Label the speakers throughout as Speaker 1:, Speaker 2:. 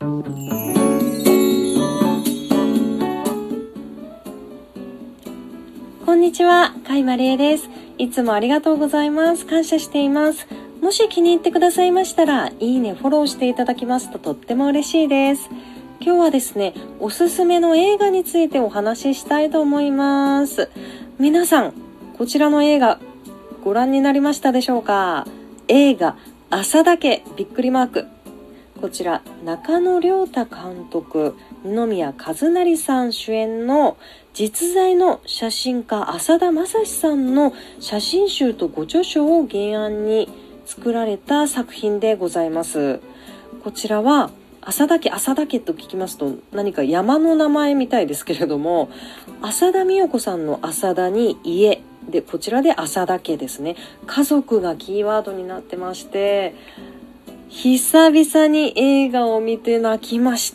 Speaker 1: こんにちは、甲斐まりえです。いつもありがとうございます。感謝しています。もし気に入ってくださいましたら、いいね、フォローしていただきますととっても嬉しいです。今日はですね、おすすめの映画についてお話ししたいと思います。皆さん、こちらの映画、ご覧になりましたでしょうか？映画、朝だけびっくりマーク。こちら、中野亮太監督、二宮和也さん主演の実在の写真家浅田正史さんの写真集とご著書を原案に作られた作品でございます。こちらは朝だけと聞きますと何か山の名前みたいですけれども、浅田美代子さんの浅田に家で、こちらで朝だけですね。家族がキーワードになってまして、久々に映画を見て泣きました。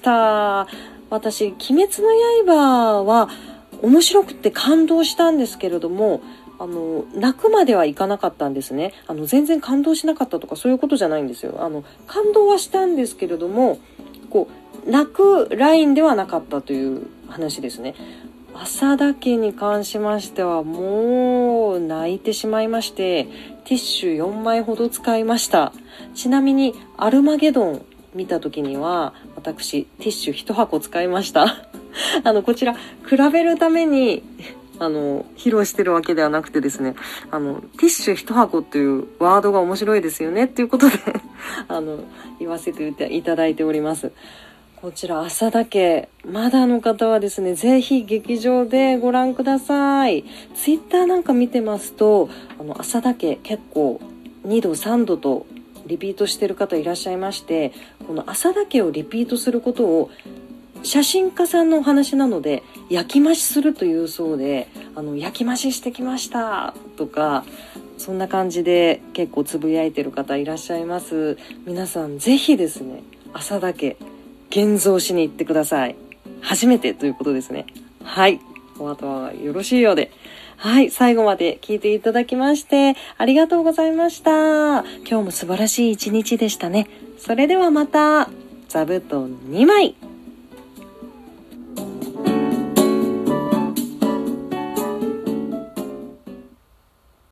Speaker 1: 私、鬼滅の刃は面白くて感動したんですけれども、泣くまではいかなかったんですね。全然感動しなかったとかそういうことじゃないんですよ。感動はしたんですけれども、泣くラインではなかったという話ですね。朝だけに関しましてはもう泣いてしまいまして、ティッシュ4枚ほど使いました。ちなみにアルマゲドン見た時には私ティッシュ1箱使いましたこちら比べるために披露してるわけではなくてですね、ティッシュ1箱というワードが面白いですよねっていうことで言わせていただいております。こちら朝だけまだの方はですね、ぜひ劇場でご覧ください。ツイッターなんか見てますと、朝だけ結構2度3度とリピートしてる方いらっしゃいまして、この朝だけをリピートすることを写真家さんのお話なので焼き増しするというそうで、焼き増ししてきましたとか、そんな感じで結構つぶやいてる方いらっしゃいます。皆さんぜひですね、朝だけ現像しに行ってください。初めてということですね。はい。お後はよろしいようで。はい。最後まで聞いていただきましてありがとうございました。今日も素晴らしい一日でしたね。それではまた、座布団2枚。